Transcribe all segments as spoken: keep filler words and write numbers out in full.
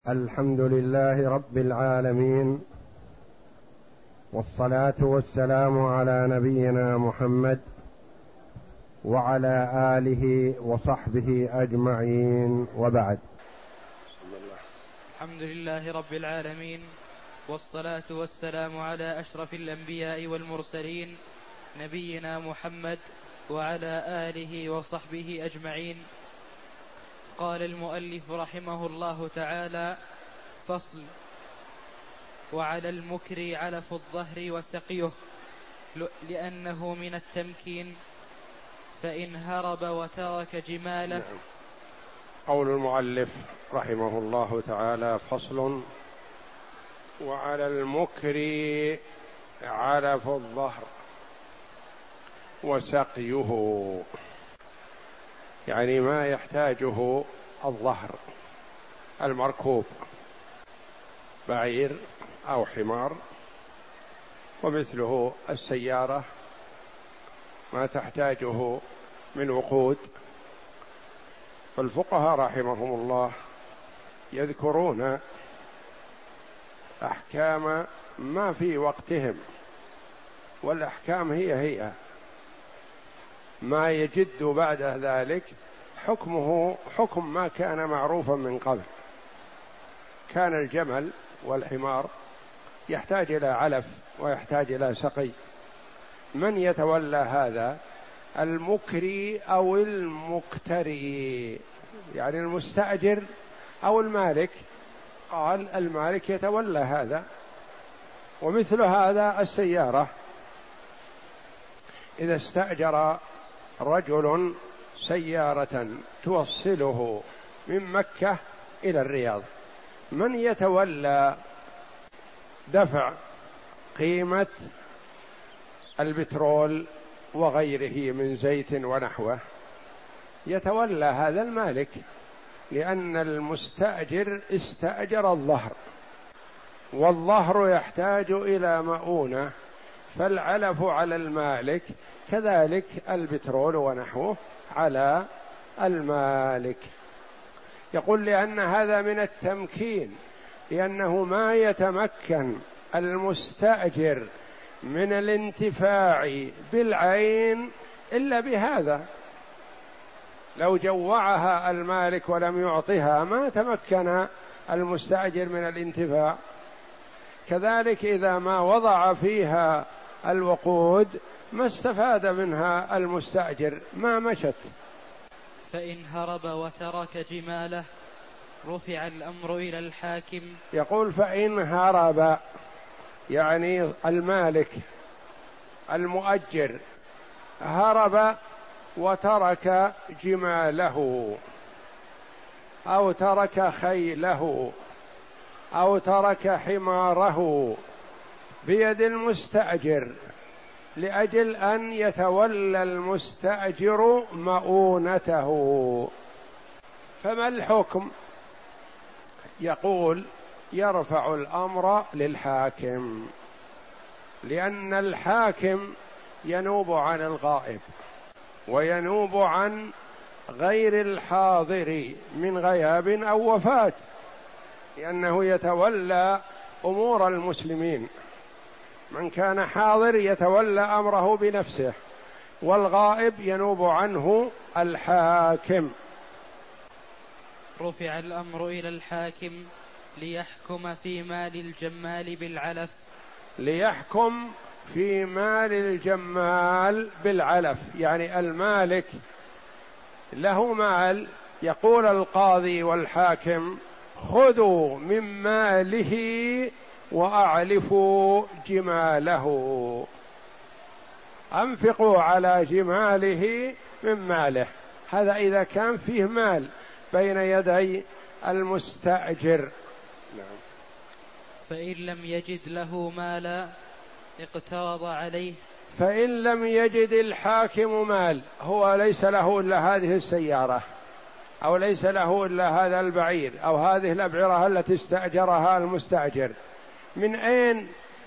الحمد لله رب العالمين، والصلاة والسلام على نبينا محمد وعلى آله وصحبه أجمعين، وبعد. الحمد لله رب العالمين، والصلاة والسلام على أشرف الأنبياء والمرسلين نبينا محمد وعلى آله وصحبه أجمعين. قال المؤلف رحمه الله تعالى: فصل. وعلى المكر علف الظهر وسقيه، لأنه من التمكين، فإن هرب وترك جماله. نعم. قول المؤلف رحمه الله تعالى: فصل. وعلى المكر علف الظهر وسقيه، يعني ما يحتاجه الظهر المركوب، بعير أو حمار، ومثله السيارة ما تحتاجه من وقود. فالفقهاء رحمهم الله يذكرون أحكام ما في وقتهم، والأحكام هي هي ما يجد بعد ذلك حكمه حكم ما كان معروفا من قبل. كان الجمل والحمار يحتاج إلى علف ويحتاج إلى سقي. من يتولى هذا؟ المكري أو المكتري، يعني المستأجر أو المالك. قال المالك يتولى هذا. ومثل هذا السيارة، إذا استأجر رجل سيارة توصله من مكة إلى الرياض، من يتولى دفع قيمة البترول وغيره من زيت ونحوه؟ يتولى هذا المالك، لأن المستأجر استأجر الظهر، والظهر يحتاج إلى مؤونة، فالعلف على المالك، كذلك البترول ونحوه على المالك. يقول لأن هذا من التمكين، لأنه ما يتمكن المستأجر من الانتفاع بالعين إلا بهذا. لو جوعها المالك ولم يعطها ما تمكن المستأجر من الانتفاع. كذلك إذا ما وضع فيها الوقود ما استفاد منها المستأجر، ما مشت. فإن هرب وترك جماله رفع الأمر إلى الحاكم. يقول فإن هرب، يعني المالك المؤجر هرب وترك جماله أو ترك خيله أو ترك حماره بيد المستأجر لأجل أن يتولى المستأجر مؤونته، فما الحكم؟ يقول يرفع الأمر للحاكم، لأن الحاكم ينوب عن الغائب وينوب عن غير الحاضر من غياب أو وفاة، لأنه يتولى أمور المسلمين. من كان حاضر يتولى أمره بنفسه، والغائب ينوب عنه الحاكم. رفع الأمر إلى الحاكم ليحكم في مال الجمال بالعلف. ليحكم في مال الجمال بالعلف، يعني المالك له مال، يقول القاضي والحاكم: خذوا من ماله وأعلفوا جماله، أنفقوا على جماله من ماله. هذا إذا كان فيه مال بين يدي المستأجر. نعم. فإن لم يجد له مالا اقترض عليه. فإن لم يجد الحاكم مال، هو ليس له إلا هذه السيارة، أو ليس له إلا هذا البعير، أو هذه الأبعرة التي استأجرها المستأجر، من أين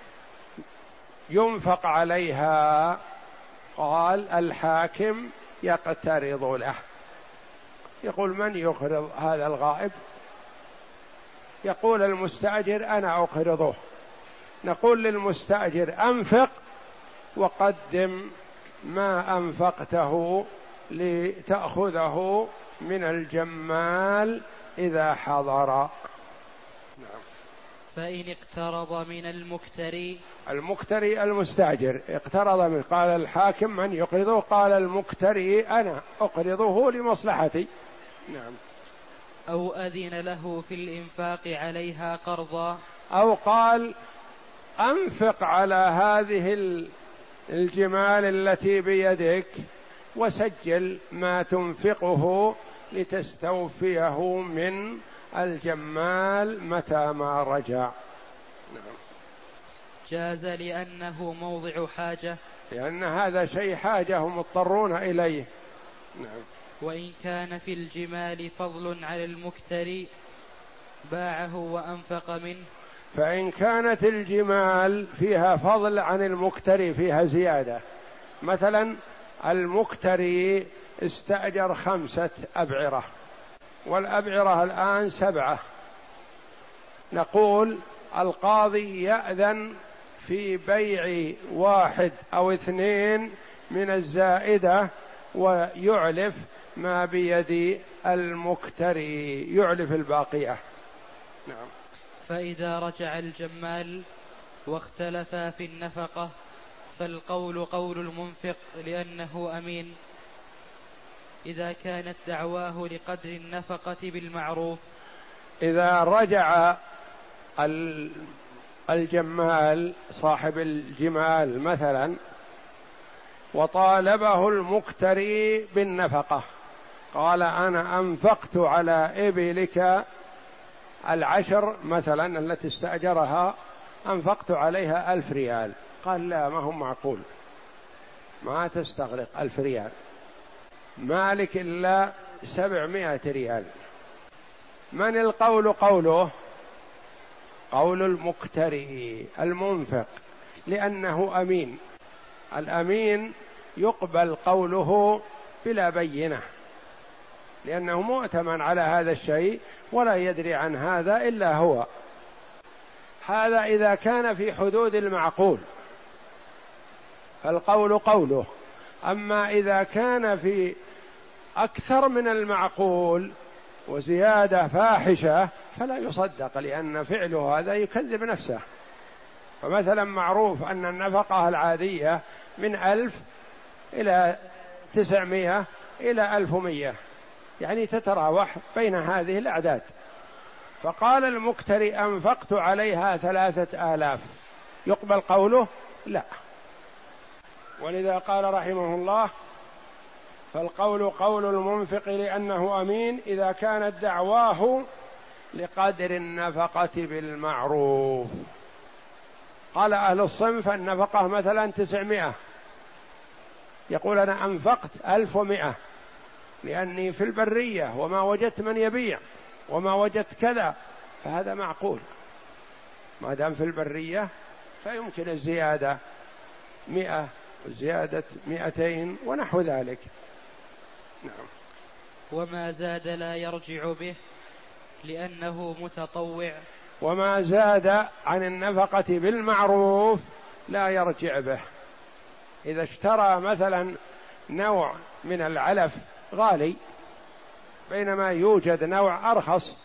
ينفق عليها؟ قال الحاكم يقترض له. يقول من يقرض هذا الغائب؟ يقول المستأجر أنا أقرضه، نقول للمستأجر أنفق وقدم ما أنفقته لتأخذه من الجمال إذا حضر. نعم. فإن اقترض من المكتري، المكتري المستأجر اقترض من، قال الحاكم من يقرضه؟ قال المكتري أنا أقرضه لمصلحتي. نعم. أو أذن له في الإنفاق عليها قرضا، أو قال أنفق على هذه الجمال التي بيدك وسجل ما تنفقه لتستوفيه من الجمال متى ما رجع. نعم. جاز لأنه موضع حاجة، لأن هذا شيء حاجة هم مضطرون إليه. نعم. وإن كان في الجمال فضل على المكتري باعه وأنفق منه، فإن كانت الجمال فيها فضل عن المكتري، فيها زيادة، مثلا المكتري استأجر خمسة أبعرة والأبعرة الآن سبعة، نقول القاضي يأذن في بيع واحد أو اثنين من الزائدة ويعلف ما بيد المكتري، يعلف الباقية. نعم. فإذا رجع الجمال واختلفا في النفقة فالقول قول المنفق لأنه أمين إذا كانت دعواه لقدر النفقة بالمعروف. إذا رجع الجمال صاحب الجمال مثلا وطالبه المكتري بالنفقة، قال أنا أنفقت على إبلك العشر مثلا التي استأجرها، أنفقت عليها ألف ريال، قال لا، ما هو معقول، ما تستغرق ألف ريال، مالك إلا سبعمائة ريال. من القول قوله؟ قول المكتري المنفق، لأنه أمين. الأمين يقبل قوله بلا بينة، لأنه مؤتمن على هذا الشيء ولا يدري عن هذا إلا هو. هذا إذا كان في حدود المعقول فالقول قوله، أما إذا كان في أكثر من المعقول وزيادة فاحشة فلا يصدق، لأن فعله هذا يكذب نفسه. فمثلا معروف أن النفقة العادية من ألف إلى تسعمائة إلى ألف ومئة، يعني تتراوح بين هذه الأعداد، فقال المكتري أنفقت عليها ثلاثة آلاف، يقبل قوله؟ لا. ولذا قال رحمه الله فالقول قول المنفق لأنه أمين إذا كانت دعواه لقدر النفقة بالمعروف. قال أهل الصنف النفقة مثلا تسعمائة، يقول أنا أنفقت ألف ومائة لأني في البرية وما وجدت من يبيع وما وجدت كذا، فهذا معقول، ما دام في البرية فيمكن الزيادة مئة وزيادة مئتين ونحو ذلك. نعم. وما زاد لا يرجع به لأنه متطوع. وما زاد عن النفقة بالمعروف لا يرجع به. إذا اشترى مثلا نوع من العلف غالي بينما يوجد نوع أرخص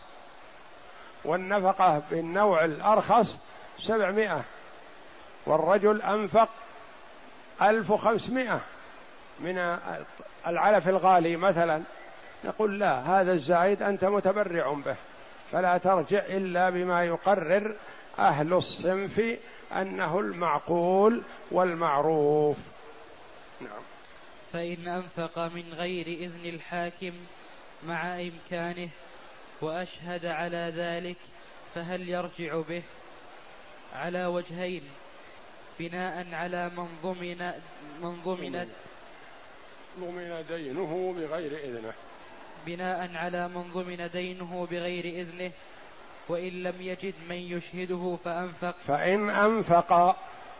والنفقة بالنوع الأرخص سبعمائة والرجل أنفق ألف وخمسمائة من العلف الغالي مثلا، نقول لا، هذا الزايد أنت متبرع به، فلا ترجع إلا بما يقرر أهل الصنف أنه المعقول والمعروف. نعم. فإن أنفق من غير إذن الحاكم مع إمكانه وأشهد على ذلك فهل يرجع به؟ على وجهين: بناء على من ضمن من ضمن ضمن دينه بغير إذنه بناء على من ضمن دينه بغير إذنه، وإن لم يجد من يشهده فأنفق. فإن أنفق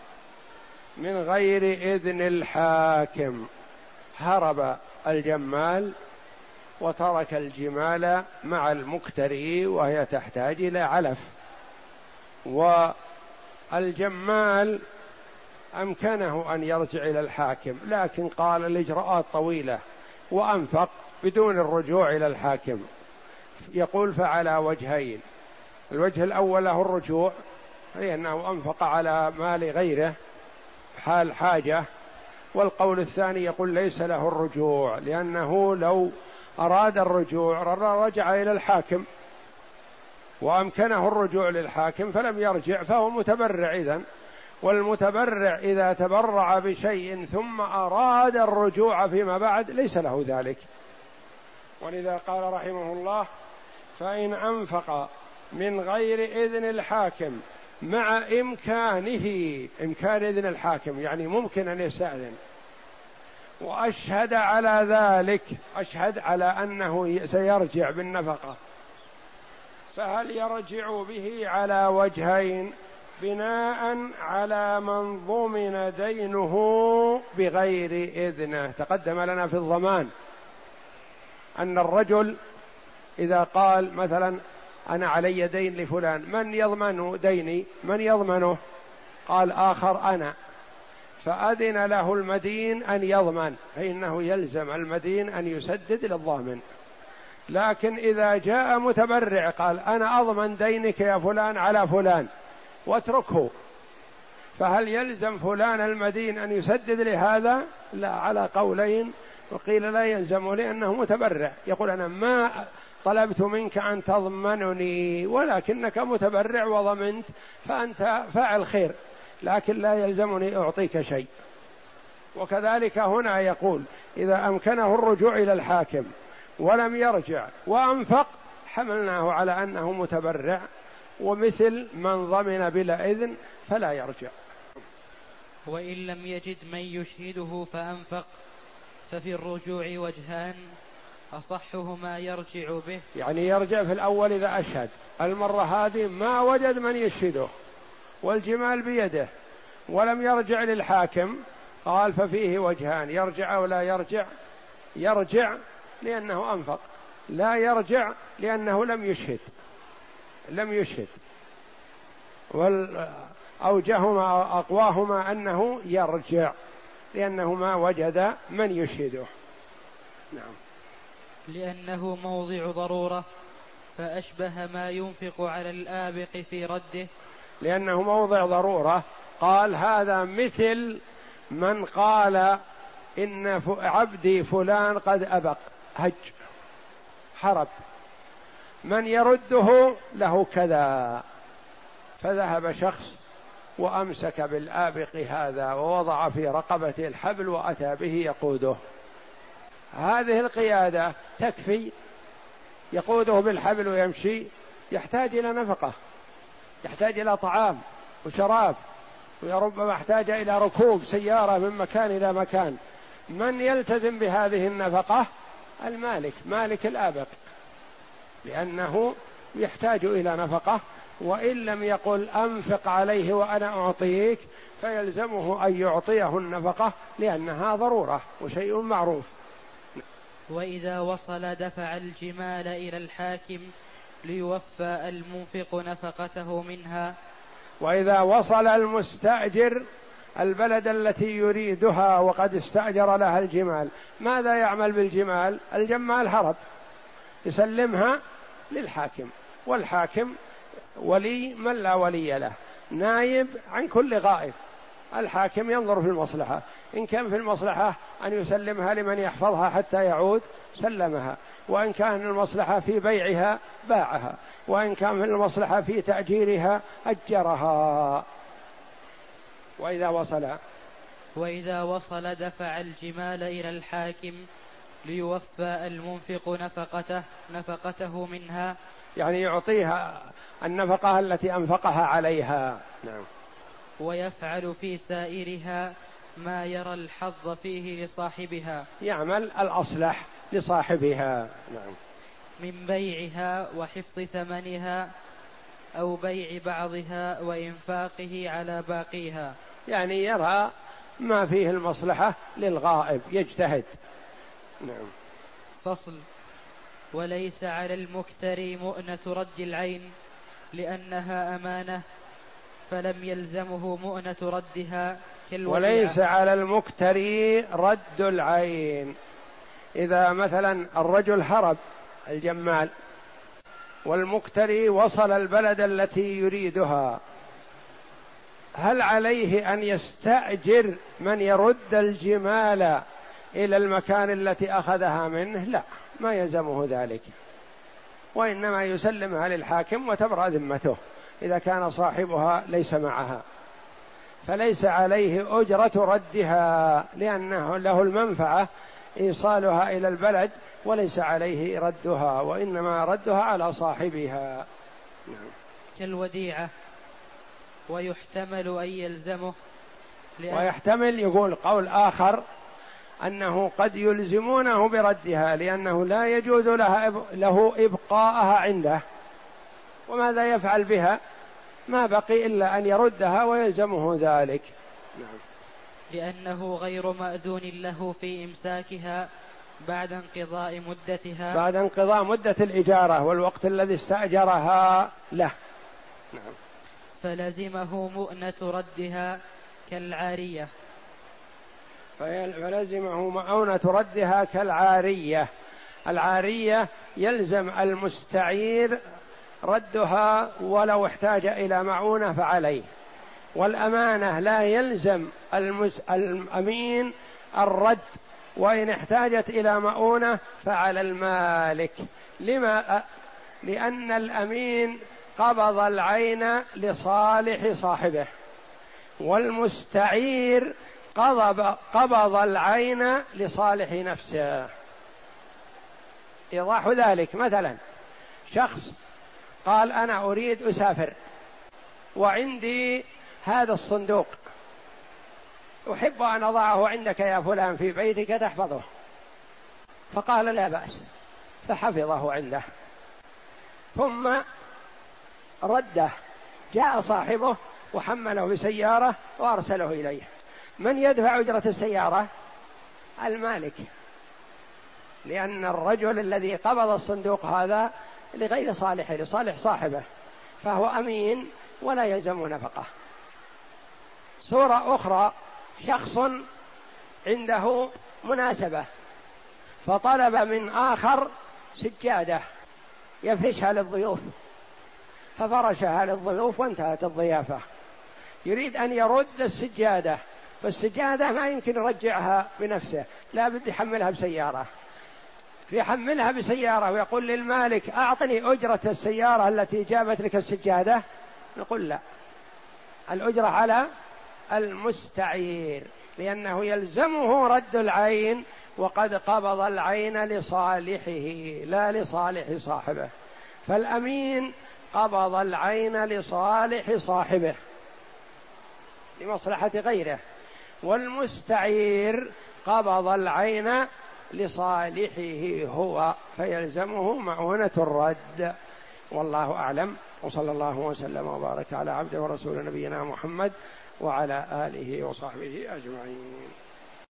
من غير إذن الحاكم، هرب الجمال وترك الجمال مع المكتري وهي تحتاج إلى علف. والجمال أمكنه أن يرجع إلى الحاكم، لكن قال الإجراءات طويلة وأنفق بدون الرجوع إلى الحاكم. يقول فعلى وجهين: الوجه الأول له الرجوع، أي أنه أنفق على مال غيره حال حاجة، والقول الثاني يقول ليس له الرجوع، لأنه لو أراد الرجوع رجع إلى الحاكم وأمكنه الرجوع للحاكم فلم يرجع فهو متبرع إذن، والمتبرع إذا تبرع بشيء ثم أراد الرجوع فيما بعد ليس له ذلك. ولذا قال رحمه الله: فإن أنفق من غير إذن الحاكم مع إمكانه، إمكان إذن الحاكم يعني ممكن أن يستأذن، وأشهد على ذلك، أشهد على أنه سيرجع بالنفقة، فهل يرجع به على وجهين بناء على من ضمن دينه بغير إذنه. تقدم لنا في الضمان أن الرجل إذا قال مثلا أنا علي دين لفلان، من يضمن ديني؟ من يضمنه؟ قال آخر أنا، فأذن له المدين أن يضمن، فإنه يلزم المدين أن يسدد للضامن. لكن إذا جاء متبرع قال أنا أضمن دينك يا فلان على فلان واتركه، فهل يلزم فلان المدين أن يسدد لهذا؟ لا، على قولين، وقيل لا يلزم لأنه متبرع، يقول أنا ما طلبت منك أن تضمنني ولكنك متبرع وضمنت فأنت فاعل خير، لكن لا يلزمني أعطيك شيء. وكذلك هنا يقول إذا أمكنه الرجوع إلى الحاكم ولم يرجع وأنفق حملناه على أنه متبرع، ومثل من ضمن بلا إذن فلا يرجع. وإن لم يجد من يشهده فأنفق ففي الرجوع وجهان، أصحهما يرجع به، يعني يرجع في الأول إذا أشهد، المرة هذه ما وجد من يشهده والجمال بيده ولم يرجع للحاكم، قال ففيه وجهان: يرجع أو لا يرجع. يرجع لأنه أنفق، لا يرجع لأنه لم يشهد، لم يشهد. والأوجهما أقواهما أنه يرجع لأنه ما وجد من يشهده. نعم. لأنه موضع ضرورة، فأشبه ما ينفق على الآبق في رده. لأنه موضع ضرورة، قال هذا مثل من قال إن عبدي فلان قد أبق، هج حرب، من يرده له كذا، فذهب شخص وأمسك بالآبق هذا ووضع في رقبته الحبل وأتى به يقوده، هذه القيادة تكفي؟ يقوده بالحبل ويمشي؟ يحتاج إلى نفقة، يحتاج إلى طعام وشراب، وربما احتاج إلى ركوب سيارة من مكان إلى مكان. من يلتزم بهذه النفقة؟ المالك، مالك الآبق، لأنه يحتاج إلى نفقة، وإن لم يقل أنفق عليه وأنا أعطيك فيلزمه أن يعطيه النفقة لأنها ضرورة وشيء معروف. وإذا وصل دفع الجمال إلى الحاكم ليوفى المنفق نفقته منها. وإذا وصل المستأجر البلد التي يريدها وقد استأجر لها الجمال، ماذا يعمل بالجمال؟ الجمال هرب، يسلمها للحاكم، والحاكم ولي من لا ولي له، نايب عن كل غائب. الحاكم ينظر في المصلحة، إن كان في المصلحة أن يسلمها لمن يحفظها حتى يعود سلمها، وإن كان المصلحة في بيعها باعها، وإن كان في المصلحة في تأجيرها أجرها. وإذا وصل وإذا وصل دفع الجمال إلى الحاكم ليوفى المنفق نفقته نفقته منها، يعني يعطيها النفقة التي أنفقها عليها. نعم. ويفعل في سائرها ما يرى الحظ فيه لصاحبها، يعمل الأصلح لصاحبها. نعم. من بيعها وحفظ ثمنها أو بيع بعضها وإنفاقه على باقيها، يعني يرى ما فيه المصلحة للغائب، يجتهد. نعم. فصل. وليس على المكتري مؤنة رد العين لأنها أمانة فلم يلزمه مؤنة ردها كالوديعة. وليس على المكتري رد العين. إذا مثلا الرجل هرب الجمال والمكتري وصل البلد التي يريدها، هل عليه أن يستأجر من يرد الجمال إلى المكان التي أخذها منه؟ لا، ما يلزمه ذلك، وإنما يسلمها للحاكم وتبرأ ذمته إذا كان صاحبها ليس معها، فليس عليه أجرة ردها لأنه له المنفعة إيصالها إلى البلد، وليس عليه ردها، وإنما ردها على صاحبها. كالوديعة. ويحتمل أن يلزمه لأن ويحتمل يقول قول آخر أنه قد يلزمونه بردها لأنه لا يجوز له إبقاءها عنده، وماذا يفعل بها؟ ما بقي إلا أن يردها ويلزمه ذلك. نعم. لأنه غير مأذون له في إمساكها بعد انقضاء مدتها، بعد انقضاء مدة الإجارة والوقت الذي استأجرها له. نعم. فلزمه مؤنة ردها كالعارية. فلزمه مؤونة ردها كالعارية. العارية يلزم المستعير ردها ولو احتاج إلى معونة فعليه، والأمانة لا يلزم المس... الأمين الرد، وإن احتاجت إلى مؤونة فعلى المالك. لما؟ لأن الأمين قبض العين لصالح صاحبه، والمستعير قبض, قبض العين لصالح نفسه. إيضاح ذلك: مثلا شخص قال أنا أريد أسافر وعندي هذا الصندوق أحب أن أضعه عندك يا فلان في بيتك تحفظه، فقال لا بأس، فحفظه عنده، ثم رده، جاء صاحبه وحمله بسيارة وأرسله إليه. من يدفع أجرة السيارة؟ المالك، لأن الرجل الذي قبض الصندوق هذا لغير صالحه، لصالح صاحبه، فهو أمين ولا يلزم نفقه. صورة أخرى: شخص عنده مناسبة فطلب من آخر سجادة يفرشها للضيوف، ففرشها للضيوف وانتهت الضيافة، يريد أن يرد السجادة، فالسجادة ما يمكن يرجعها بنفسه، لا بد يحملها بسيارة، يحملها بسيارة ويقول للمالك أعطني أجرة السيارة التي جابت لك السجادة، نقول لا، الأجرة على المستعير، لأنه يلزمه رد العين وقد قبض العين لصالحه لا لصالح صاحبه. فالأمين قبض العين لصالح صاحبه لمصلحة غيره، والمستعير قبض العين لصالحه هو، فيلزمه مؤونة الرد. والله أعلم، وصلى الله وسلم وبارك على عبده ورسول نبينا محمد وعلى آله وصحبه أجمعين.